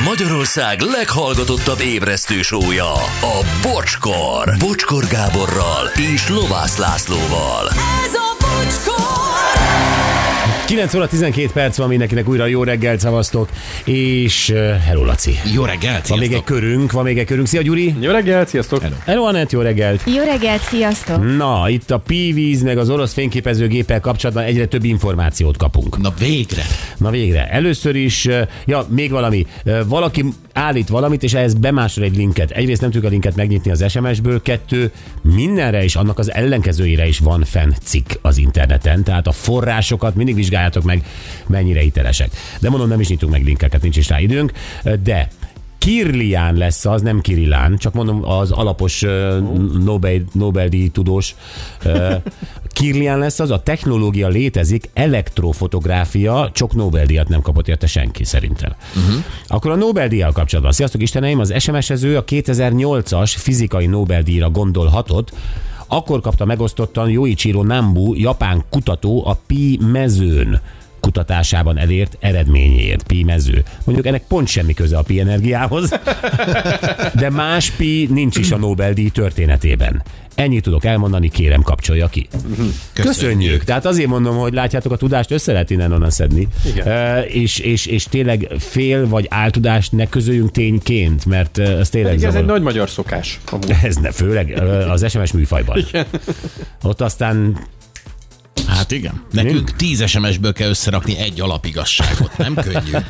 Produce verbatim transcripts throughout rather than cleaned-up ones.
Magyarország leghallgatottabb ébresztő show-ja, a Bocskor. Bocskor Gáborral és Lovász Lászlóval. Ez a Bocskor! kilenc óra tizenkét perc van, mindenkinek újra jó reggelt szavaztok, és uh, hello Laci. Jó reggelt, Van sziasztok. még egy körünk, van még egy körünk. Szia Gyuri. Jó reggelt, sziasztok. Hello, hello Anett, jó reggelt. Jó reggelt, sziasztok! Na, itt a P-víz meg az orosz fényképezőgéppel kapcsolatban egyre több információt kapunk. Na végre. Na végre. Először is, uh, ja, még valami. Uh, valaki állít valamit, és ehhez bemásol egy linket. Egyrészt nem tudjuk a linket megnyitni az es em es-ből, kettő, mindenre is, annak az ellenkezőjére is van fenn cikk az interneten, tehát a forrásokat mindig vizsgáljátok meg, mennyire hitelesek. De mondom, nem is nyitunk meg linkeket, nincs is rá időnk, de Kirlián lesz az, nem Kirillán, csak mondom az alapos uh, Nobel, Nobel-díj tudós. Uh, Kirlián lesz az, a technológia létezik, elektrofotográfia, csak Nobel-díjat nem kapott érte senki szerintem. Uh-huh. Akkor a Nobel-díjjal kapcsolatban. Sziasztok Isteneim, az es em es-ező a kétezer-nyolcas fizikai Nobel-díjra gondolhatott, akkor kapta megosztottan Yoichiro Nambu, japán kutató a Pi mezőn kutatásában elért eredményéért. Pi mező. Mondjuk ennek pont semmi köze a pi energiához, de más pi nincs is a Nobel-díj történetében. Ennyit tudok elmondani, kérem kapcsolja ki. Köszönjük. Köszönjük. Tehát azért mondom, hogy látjátok, a tudást össze lehet innen-onnan szedni. Uh, és, és, és tényleg fél vagy áltudást ne közöljünk tényként, mert uh, ez tényleg Ez zavar. egy nagy magyar szokás. Ez ne, főleg uh, az es em es műfajban. Igen. Ott aztán Hát igen. Nekünk tíz es em es-ből kell összerakni egy alapigasságot. Nem könnyű.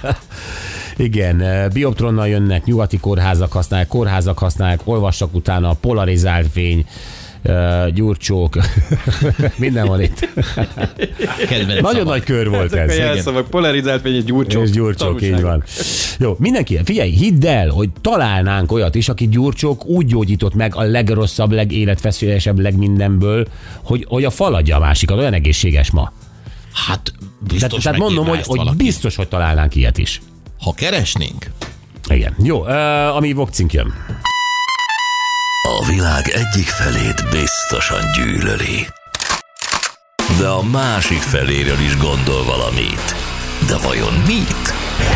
igen, bioptronnal jönnek, nyugati kórházak használják, kórházak használják, olvassak utána, polarizált fény, uh, gyurcsók, minden van itt. Kedvenc Nagyon szavak. nagy kör volt Ezek ez. a jelszavak, polarizált fény és gyurcsók. És gyurcsók, így van. Jó, mindenki, figyelj, hidd el, hogy találnánk olyat is, aki gyurcsók úgy gyógyított meg a legrosszabb, legéletfeszélyesebb, legmindenből, hogy, hogy a faladja a másikat, olyan egészséges ma. Hát biztos Tehát mondom, hogy, hogy biztos, hogy találnánk ilyet is. Ha keresnénk. Igen. Jó, uh, ami vokcink jön. A világ egyik felét biztosan gyűlöli, de a másik feléről is gondol valamit. De vajon mit?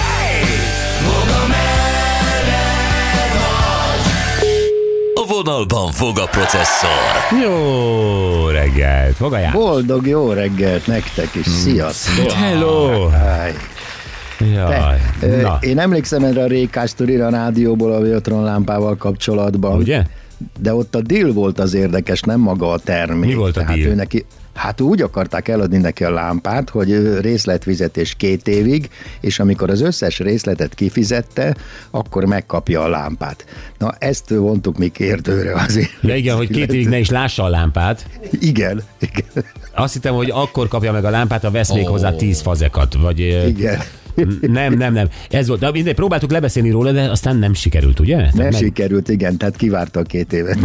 A vonalban fog a processzor. Jó reggelt, fogaját. Boldog jó reggelt nektek is, sziasztok! Hello. Háj. Jaj. Ö, Na, Én emlékszem erre a Rékás sztorira a rádióból a Biotron lámpával kapcsolatban. ugye? De ott a deal volt az érdekes, nem maga a termék. Mi volt a Tehát deal? ő neki, hát úgy akarták eladni neki a lámpát, hogy ő részletfizetés két évig, és amikor az összes részletet kifizette, akkor megkapja a lámpát. Na, ezt vontuk mi kérdőre azért. Ja igen, hogy két évig ne is lássa a lámpát. Igen, igen, Azt hittem, hogy akkor kapja meg a lámpát, ha vesz még Ó. hozzá tíz fazekat. Vagy, ö, igen. nem, nem, nem. Ez volt, de mindegy, próbáltuk lebeszélni róla, de aztán nem sikerült, ugye? Tehát Nem meg- sikerült, igen, tehát kivárta a két évet.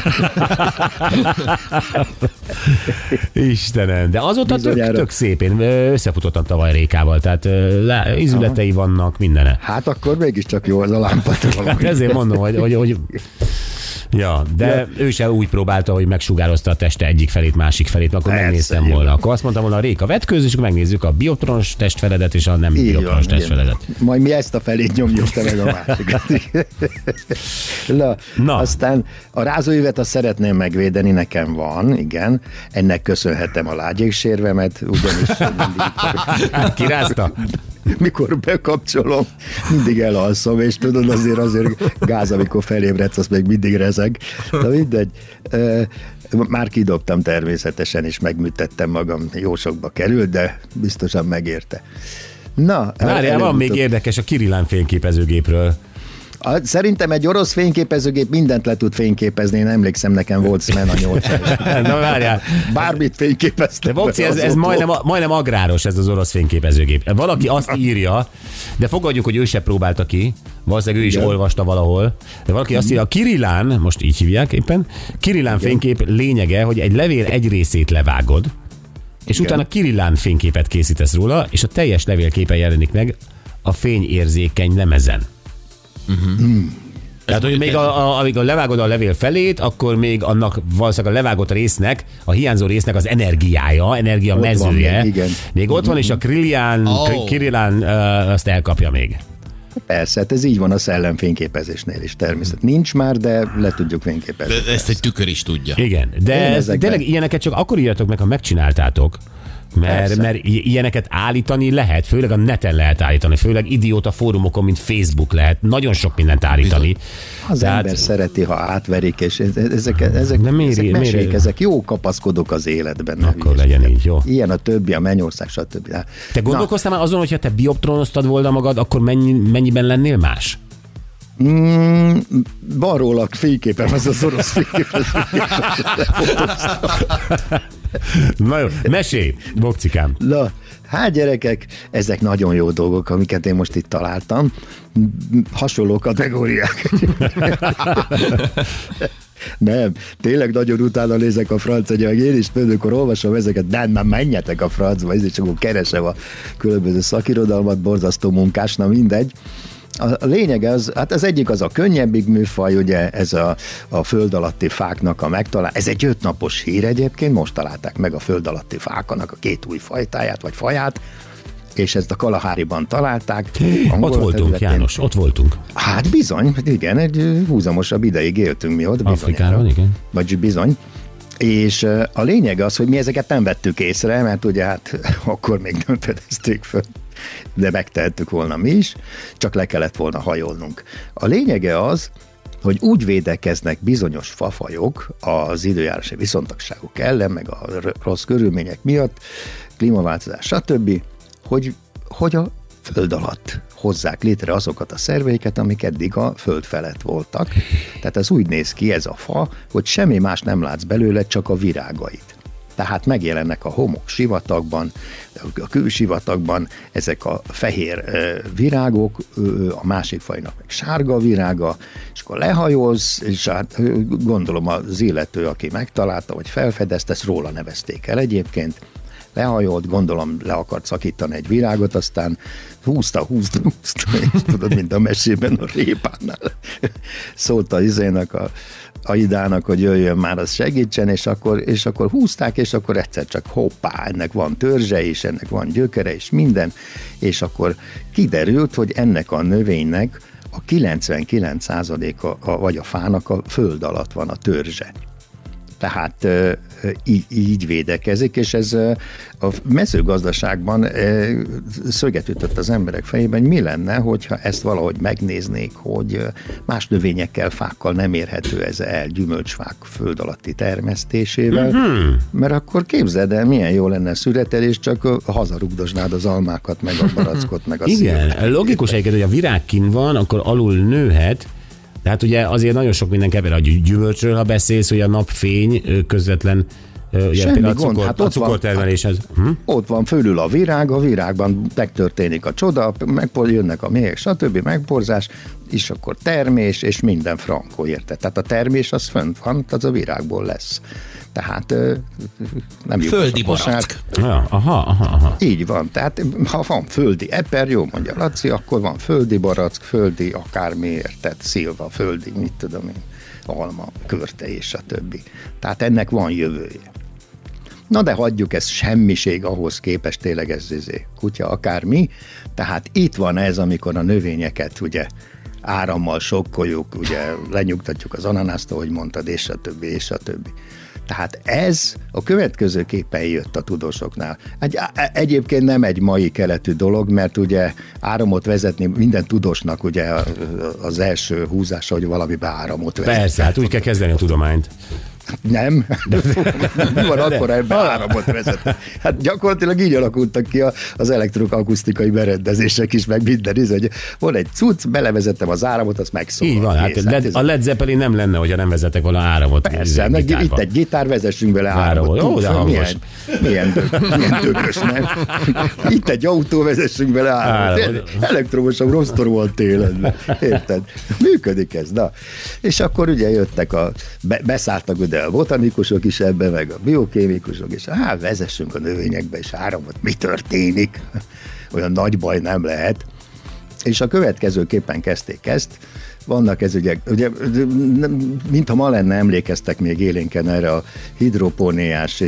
Istenem, de azóta tök, Bizonyára. tök szép. Én ö, összefutottam tavaly Rékával, tehát ö, lá, ízületei vannak, mindene. Hát akkor mégiscsak jó az a lámpa. Hát ezért mondom, hogy, hogy, hogy ja, de ja. ő se úgy próbálta, hogy megsugározta a teste egyik felét, másik felét, akkor Persze, megnéztem jó. volna. Akkor azt mondtam volna, Réka, vetkőz, és akkor megnézzük a biotronos testfeledet és a nem Így van, biotronos igen. testfeledet. Majd mi ezt a felét nyomjuk, te meg a másikat. Na, Na. aztán a rázóüvet azt szeretném megvédeni, nekem van, igen. Ennek köszönhetem a lágyéksérvemet, ugyanis mindig, Kirázta? mikor bekapcsolom, mindig elalszom, és tudod, azért azért gáz, amikor felébredsz, az még mindig rezeg. Na mindegy. Ö, Már kidobtam természetesen, és megműtettem magam, jó sokba került, de biztosan megérte. Na, Várjál, van még előbb-utóbb- érdekes a Kirillán fényképezőgépről. A, szerintem egy orosz fényképezőgép mindent le tud fényképezni, én emlékszem, nekem volt Sven a nyolcvanas. Na várjál. Bármit fényképeztem. De Vokci, ez, az ez ott majdnem, volt. majdnem agráros ez az orosz fényképezőgép. Valaki azt írja, de fogadjuk, hogy ő se próbálta ki, valószínűleg ő is Igen. olvasta valahol, de valaki azt írja, a Kirillán, most így hívják éppen, Kirillán fénykép lényege, hogy egy levél egy részét levágod, és Igen. utána Kirillán fényképet készítesz róla, és a teljes levélképe jelenik meg a fényérzékeny lemezen. Uh-huh. Tehát, hogy még a, a, amíg a levágod a levél felét, akkor még annak valószínűleg a levágott résznek, a hiányzó résznek az energiája, energia mezője. még, igen. Még ott van, és a Kirillán, Oh. Kirillán uh, azt elkapja még. Persze, hát ez így van a szellemfényképezésnél is természetesen. Nincs már, de le tudjuk fényképezni. De ezt egy tükör is tudja. Igen, de Én ez, ezekben- tényleg ilyeneket csak akkor írjatok meg, ha megcsináltátok. Mert, Persze. mert i- ilyeneket állítani lehet, főleg a neten lehet állítani, főleg idióta fórumokon, mint Facebook lehet nagyon sok mindent állítani. Az Tehát- ember szereti, ha átverik, és ez- ezek, ezek, De miért- ezek miért- mesék, ezek jó kapaszkodók az életben. ne Akkor hülyeskedj. legyen így, jó. Ilyen a többi, a Mennyország, stb. Na, Te gondolkoztál már azon, hogyha te bioptronoztad volna magad, akkor mennyi, mennyiben lennél más? Mm, van róla fényképem, ez az orosz fényképem. Na jó, mesélj, Bokcikám. Na, hát gyerekek, ezek nagyon jó dolgok, amiket én most itt találtam. Hasonló kategóriák. Nem, tényleg nagyon utána nézek a francia nyelv, én is amikor olvasom ezeket, de már menjetek a francba, és csak akkor keresem a különböző szakirodalmat, borzasztó munkás, na mindegy. A a lényeg az, hát az egyik az a könnyebbik műfaj, ugye ez a, a föld alatti fáknak a megtalál. Ez egy ötnapos hír egyébként, most találták meg a föld alatti fáknak a két új fajtáját, vagy faját, és ezt a Kalaháriban találták. Angola Ott voltunk, területén. János, ott voltunk. Hát bizony, igen, egy húzamosabb ideig éltünk mi ott. bizonyára. Afrikában, igen. Vagy bizony. És uh, a lényeg az, hogy mi ezeket nem vettük észre, mert ugye hát akkor még nem fedezték föl, de megtehettük volna mi is, csak le kellett volna hajolnunk. A lényege az, hogy úgy védekeznek bizonyos fafajok az időjárási viszontagságok ellen, meg a rossz körülmények miatt, klímaváltozás, stb., hogy, hogy a föld alatt hozzák létre azokat a szerveiket, amik eddig a föld felett voltak. Tehát ez úgy néz ki ez a fa, hogy semmi más nem látsz belőle, csak a virágait. Tehát megjelennek a homok sivatagban, a külsivatagban ezek a fehér virágok, a másik fajnak meg sárga virága, és akkor lehajolsz, és hát gondolom az illető, aki megtalálta, vagy felfedezte, ezt róla nevezték el egyébként, lehajolt, gondolom le akart szakítani egy virágot, aztán húzta, húzta, húzta, és tudod, mint a mesében a répánál. Szólt a izének, a Aidának, hogy jöjjön már, az segítsen, és akkor, és akkor húzták, és akkor egyszer csak hoppá, ennek van törzse is, ennek van gyökere is, minden, és akkor kiderült, hogy ennek a növénynek a kilencvenkilenc százaléka vagy a fának a föld alatt van a törzse. Tehát így, így védekezik, és ez a mezőgazdaságban szöget ütött az emberek fejében, hogy mi lenne, hogyha ezt valahogy megnéznék, hogy más növényekkel, fákkal nem érhető ez el, gyümölcsfák föld alatti termesztésével, mm-hmm. mert akkor képzeld el, milyen jó lenne szüretelés, csak hazarugdosnád az almákat, meg a barackot, meg a Igen, szívet. logikus egyébként, hogy a virág kint van, akkor alul nőhet, tehát ugye azért nagyon sok minden kever, a gyümölcsről, ha beszélsz, hogy a napfény ö, közvetlen, ö, ugye Semmi például a, gond, cukor, hát a ott van- cukortermelés. Az, hm? Ott van fölül a virág, a virágban megtörténik a csoda, megpor, jönnek a méhek, stb. Megporzás, és akkor termés, és minden frankó, érted? Tehát a termés az fönt van, az a virágból lesz. Tehát ö, nem lyukas Földi a kosár. barack. Ja, aha, aha, aha. Így van, tehát ha van földi eper, jó mondja Laci, akkor van földi barack, földi akármi, érted, szilva, földi, mit tudom én, alma, körte és a többi. Tehát ennek van jövője. Na de hagyjuk, ez semmiség ahhoz képest, tényleg ez izé, kutya akármi. Tehát itt van ez, amikor a növényeket ugye árammal sokkoljuk, ugye lenyugtatjuk az ananászt, ahogy mondtad, és a többi, és a többi. Tehát ez a következőképpen jött a tudósoknál. Egy, egyébként nem egy mai keletű dolog, mert ugye áramot vezetni minden tudósnak ugye az első húzása, hogy valamibe áramot vezet. Persze, hát úgy kell kezdeni a tudományt. Nem? Mi van akkor ebben áramot vezet? Hát gyakorlatilag így alakultak ki az elektroakusztikai berendezések is, meg minden is, hogy van egy cucc, belevezettem az áramot, azt megszólal. Így van, hát Kész. led, a Led Zeppelin nem lenne, hogyha nem vezetek volna áramot. Persze, meg gitárba. itt egy gitár, vezessünk bele áramot. Áramot. Ó, de hangos. Milyen, milyen, dög, milyen dögös, nem? Itt egy autó, vezessünk bele áramot. Áramot. Elektromosabb, rossz van télen. Érted? Működik ez, na. És akkor ugye jöttek a, be, beszálltak ugye a botanikusok is ebbe, meg a biokémikusok, és hát vezessünk a növényekbe, és áramot, mi történik? Olyan nagy baj nem lehet. És a következőképpen kezdték ezt. Vannak ez ugye, ugye mintha ma lenne, emlékeztek még élénken erre a hidropóniás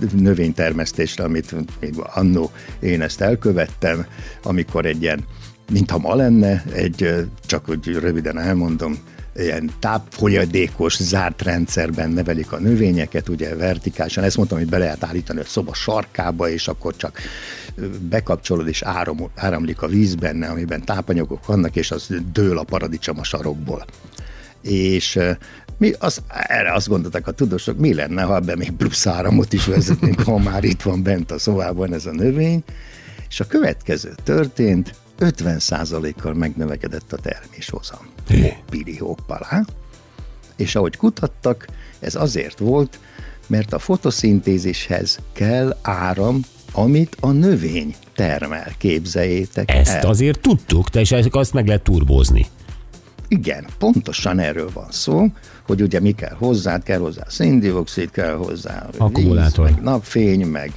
növénytermesztésre, amit még annó én ezt elkövettem, amikor egy ilyen mintha ma lenne, egy, csak hogy röviden elmondom, ilyen tápfolyadékos, zárt rendszerben nevelik a növényeket, ugye vertikálisan. Ezt mondtam, hogy be lehet állítani a szoba sarkába, és akkor csak bekapcsolod, és áram, áramlik a víz benne, amiben tápanyagok vannak, és az dől a paradicsom a sarokból. És mi az, erre azt gondoltak a tudósok, mi lenne, ha ebben még plusz áramot is vezetnénk, ha már itt van bent a szobában ez a növény. És a következő történt, ötven százalékkal megnövekedett a terméshozam. Hoppidi hoppalá. És ahogy kutattak, ez azért volt, mert a fotoszintézishez kell áram, amit a növény termel. Képzeljétek Ezt el. azért tudtuk, de és azt meg lehet turbózni. Igen, pontosan erről van szó, hogy ugye mi kell hozzá, kell hozzá széndioxid, kell hozzá akkumulátor, víz, meg napfény, meg,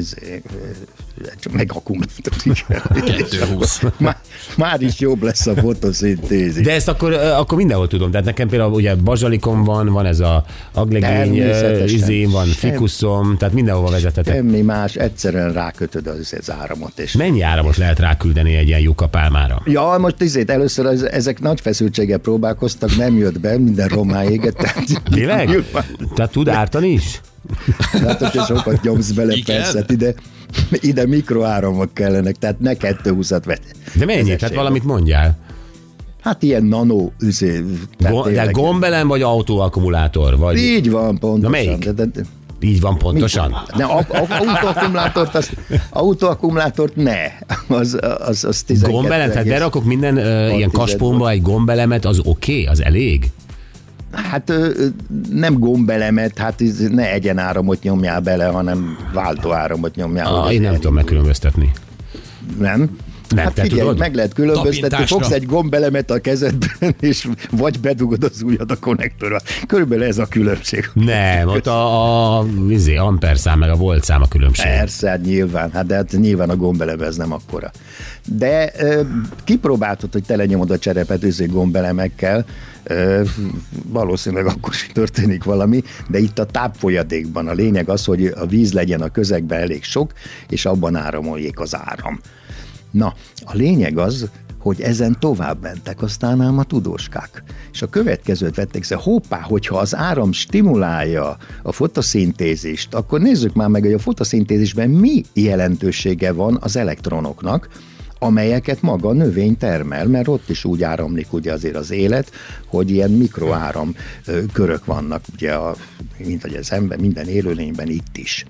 meg akkumulátor. kétszázhúsz. Már, már is jobb lesz a fotoszintézis. De ezt akkor, akkor mindenhol tudom. Tehát nekem például ugye bazsalikom van, van ez a aglegény, izém van, fikuszom, tehát mindenhova vezetetek. Semmi más, egyszerűen rákötöd az, az áramot. És Mennyi áramot lehet ráküldeni egy ilyen lyukapálmára? Ja, most izét, először az, ezek nagy feszültséggel próbálkoztak, nem jött be, minden romá égett. Tehát, Tényleg? Tehát tud ártani is? látod, hogy sokat nyomsz bele, Igen? persze, ide, ide mikroáramok kellenek, tehát ne kettőhúszat vett. De mennyi? Tehát valamit mondjál. Hát ilyen nano, üzé, Go- de gombelem vagy autóakkumulátor? Vagy... Így van, pontosan. Na melyik? De, de, de, Így van pontosan? de a, a, autóakkumulátort, az, autóakkumulátort ne. Az, az, az tizenkettő. Gombelem? Tehát berakok minden uh, ilyen kaspomba egy gombelemet, az oké? Okay? Az elég? Hát ö, nem gombelemet, hát ez ne egyenáramot nyomjál bele, hanem váltóáramot nyomjál. Ah, én nem tudom megkülönböztetni. Nem? Nem, Hát te figyelj, tudod? meg lehet különböztetni, Tapintásra. fogsz egy gombelemet a kezedben, és vagy bedugod az ujjad a konnektorba. Körülbelül ez a különbség. Nem, ott a, a izé, amperszám meg a volt szám a különbség. Persze, hát nyilván, hát de hát nyilván a gombeleme ez nem akkora. De ö, kipróbáltad, hogy telenyomod a cserepet üzé gombelemekkel, ö, valószínűleg akkor is történik valami, de itt a tápfolyadékban a lényeg az, hogy a víz legyen a közegben elég sok, és abban áramoljék az áram. Na, a lényeg az, hogy ezen tovább mentek aztán ám a tudóskák. És a következőt vették, szóval hoppá, hogyha az áram stimulálja a fotoszintézist, akkor nézzük már meg, hogy a fotoszintézisben mi jelentősége van az elektronoknak, amelyeket maga a növény termel, mert ott is úgy áramlik ugye azért az élet, hogy ilyen mikroáram ö, körök vannak, ugye, a, mint hogy az ember, minden élőlényben itt is.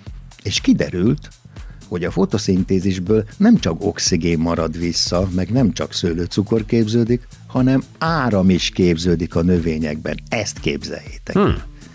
És kiderült, hogy a fotoszintézisből nem csak oxigén marad vissza, meg nem csak szőlőcukor képződik, hanem áram is képződik a növényekben. Ezt képzeljétek. Hmm.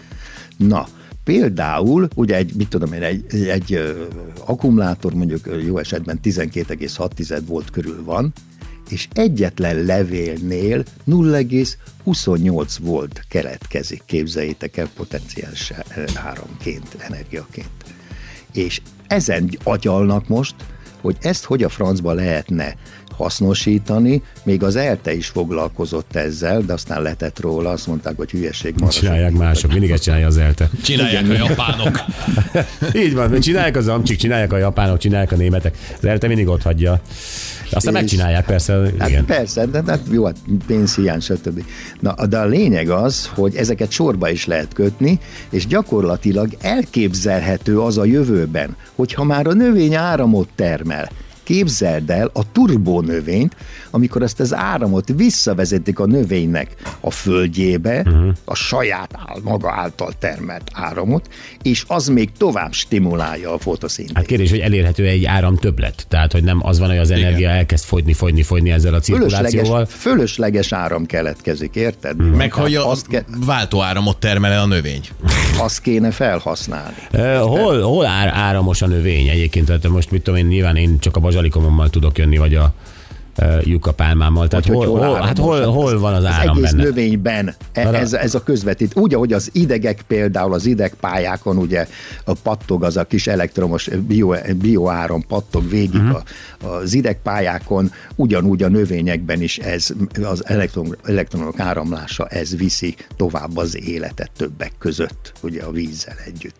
Na, például, ugye egy, mit tudom én, egy, egy, egy ö, akkumulátor mondjuk jó esetben tizenkét egész hat volt körül van, és egyetlen levélnél nulla egész huszonnyolc volt keletkezik, képzeljétek el potenciális áramként, energiaként. És ezen agyalnak most, hogy ezt hogy a francba lehetne hasznosítani, még az ELTE is foglalkozott ezzel, de aztán letett róla, azt mondták, hogy hülyeség marad. Csinálják mások, mindig ezt csinálja az ELTE. Csinálják a japánok. Így van, csinálják az amcsik, csinálják a japánok, csinálják a németek. Az ELTE mindig ott hagyja. Aztán És- megcsinálják persze, Hát igen. persze, de, de jó, hát pénzhiány, stb. Na, de a lényeg az, hogy ezeket sorba is lehet kötni, és gyakorlatilag elképzelhető az a jövőben, hogyha már a növény áramot termel, képzeld el a turbónövényt, amikor ezt az áramot visszavezetik a növénynek a földjébe, uh-huh. a saját áll, maga által termelt áramot, és az még tovább stimulálja a fotoszintézist. Hát kérdés, hogy elérhető egy áram többlet. Tehát, hogy nem az van, hogy az energia elkezd fogyni, fogyni, fogyni ezzel a Fölösleges, cirkulációval. fölösleges áram keletkezik, érted? Meg hogy a azt, ke- váltóáramot termel el a növény. azt kéne felhasználni. Uh, hol, hol ár, áramos a növény egyébként? Tehát most mit tudom én, nyilván én csak a bazsalikomommal tudok jönni, vagy a uh, lyukapálmámmal. Tehát Hogy, hol, hogy hol hol, hát hol, áramos? hol van az az áram egész benne? növényben e- Arra- ez, ez a közvetít. Úgy, ahogy az idegek például, az idegpályákon ugye a pattog az a kis elektromos bio, bioáram pattog végig uh-huh. a, az idegpályákon, ugyanúgy a növényekben is ez az elektron, elektronok áramlása, ez viszi tovább az életet többek között, ugye a vízzel együtt.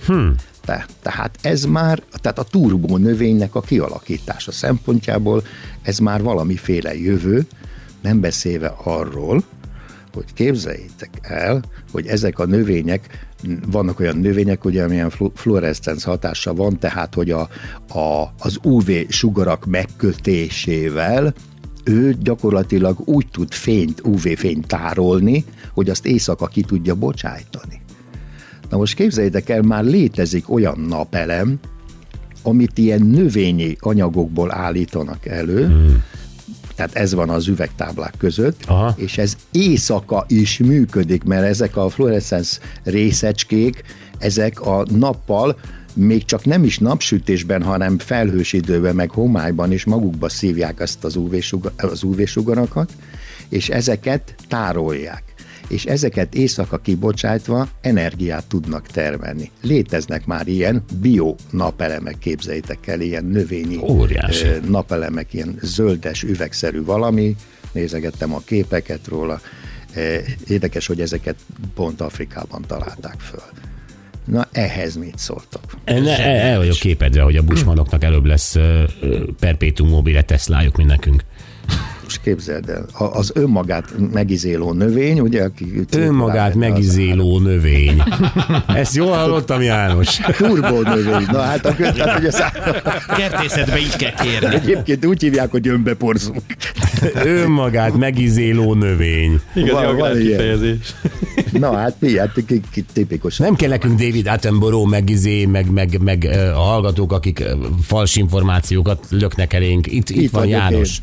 Hmm. Te, tehát ez már, tehát a turbó növénynek a kialakítása szempontjából ez már valamiféle jövő, nem beszélve arról, hogy képzeljétek el, hogy ezek a növények, vannak olyan növények, ugye, amilyen fluoreszcenc hatása van, tehát, hogy a, a, az ú vé sugarak megkötésével ő gyakorlatilag úgy tud fényt, ú vé fényt tárolni, hogy azt éjszaka ki tudja bocsájtani. Na most képzeljétek el, már létezik olyan napelem, amit ilyen növényi anyagokból állítanak elő, hmm. tehát ez van az üvegtáblák között, aha. és ez éjszaka is működik, mert ezek a fluoreszcenc részecskék, ezek a nappal még csak nem is napsütésben, hanem felhős időben, meg homályban is magukba szívják ezt az ú vé sugar, az ú vé sugarakat, és ezeket tárolják. És ezeket éjszaka kibocsátva energiát tudnak termelni. Léteznek már ilyen bio napelemek, képzeljétek el, ilyen növényi óriási napelemek, ilyen zöldes, üvegszerű valami, nézegettem a képeket róla. Érdekes, hogy ezeket pont Afrikában találták föl. Na, ehhez mit szóltok? El, el vagyok képedve, hogy a bushmanoknak előbb lesz uh, perpetuum mobile Teslájuk, mint nekünk. Most képzeld el, az önmagát megizéló növény, ugye? Aki önmagát megizéló növény. Ezt jól hallottam, János? Turbó növény. Na hát, a tehát, hogy az... Kertészetbe így kell kérni. Egyébként úgy hívják, hogy önbeporzunk. Önmagát megizéló növény. Igazi agrárkifejezés. Na hát, miért? Tipikus. Nem kell nekünk David Attenborough, meg izé, meg, meg, meg a hallgatók, akik fals információkat löknek elénk. Itt, itt, itt van János.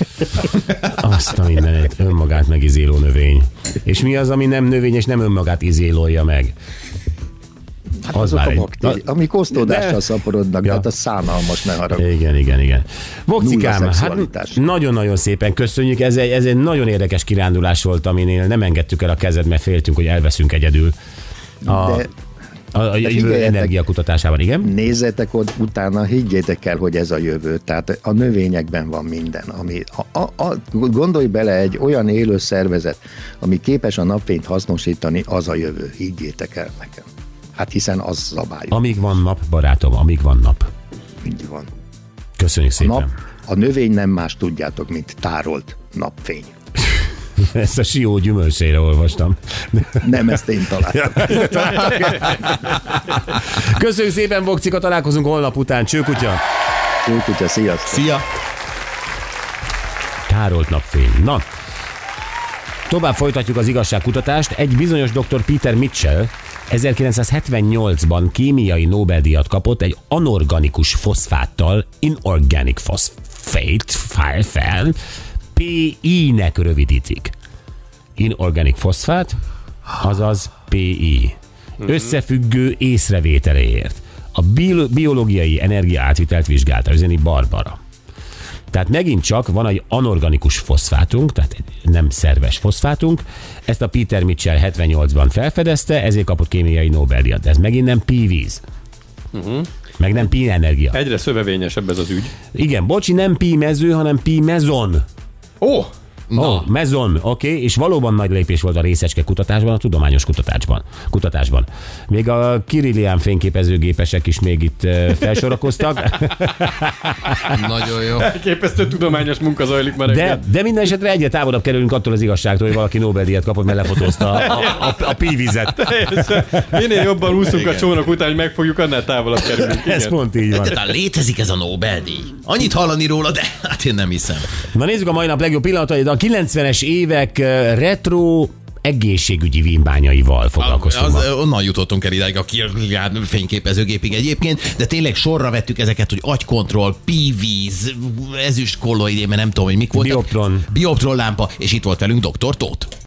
Azt a mindenét, önmagát megizéló növény. És mi az, ami nem növény, és nem önmagát izélolja meg? Hát az azok a baktéri, amik osztódással de... szaporodnak, ja. Tehát a szánalmas, ne haragudj. Igen, igen, igen. Vokcikám, hát nagyon-nagyon szépen köszönjük. Ez egy, ez egy nagyon érdekes kirándulás volt, aminél nem engedtük el a kezed, mert féltünk, hogy elveszünk egyedül. A... De... A, a jövő energiakutatásában, igen? Nézzetek ott utána, higgyétek el, hogy ez a jövő. Tehát a növényekben van minden. Ami, a, a, a, gondolj bele, egy olyan élő szervezet, ami képes a napfényt hasznosítani, az a jövő. Higgyétek el nekem. Hát hiszen az zabáljuk. Amíg van nap, barátom, amíg van nap. Így van. Köszönjük szépen. A, nap, a növény nem más, tudjátok, mint tárolt napfény. Ezt a Sió gyümölcsére olvastam. Nem, ezt én találtam. Köszönjük szépen, Vokcika, találkozunk holnap után. Csőkutya. Csőkutya, sziasztok. Szia. Tárolt napfény. Na, tovább folytatjuk az igazságkutatást. Egy bizonyos doktor Peter Mitchell ezerkilencszázhetvennyolcban kémiai Nobel-díjat kapott egy anorganikus foszfáttal, inorganic phosphate, fel, pé í-nek rövidítik. Inorganic foszfát, azaz pé í. Összefüggő észrevételéért. A biológiai energia átvitelt vizsgálta, üzeni Barbara. Tehát megint csak van egy anorganikus foszfátunk, tehát nem szerves foszfátunk. Ezt a Peter Mitchell hetvennyolcban felfedezte, ezért kapott kémiai Nobel-díjat. De ez megint nem pívíz. Uh-huh. Meg nem pi energia. Egyre szövevényesebb ez az ügy. Igen, bocsi, nem pi mező, hanem pi mezon. Ó! Oh. Ó, oh, mezon, oké, okay, és valóban nagy lépés volt a részecske kutatásban, a tudományos kutatásban. kutatásban. Még a Kirillián fényképezőgépesek is még itt felsorakoztak. Nagyon jó. Elképesztő tudományos munka zajlik már. De, de minden esetre egyre távolabb kerülünk attól az igazságtól, hogy valaki Nobel-díjat kapott, mert lefotózta a, a, a, a pívizet. Minél jobban úszunk a csónak után, hogy megfogjuk, annál távolabb kerülünk. Ez pont így van. Egyáltalán létezik ez a Nobel-díj. Annyit hallani róla, de hát én nem hiszem. Na nézzük a mai nap legjobb pillanatait. A kilencvenes évek retro egészségügyi vívmányaival foglalkoztunk. Az, onnan jutottunk el idáig a Kirlian fényképezőgépig egyébként, de tényleg sorra vettük ezeket, hogy agykontroll, pívíz, ezüst kolloidé, mert nem tudom, hogy mik voltak. Bioptron. Bioptron lámpa, és itt volt velünk doktor Tóth.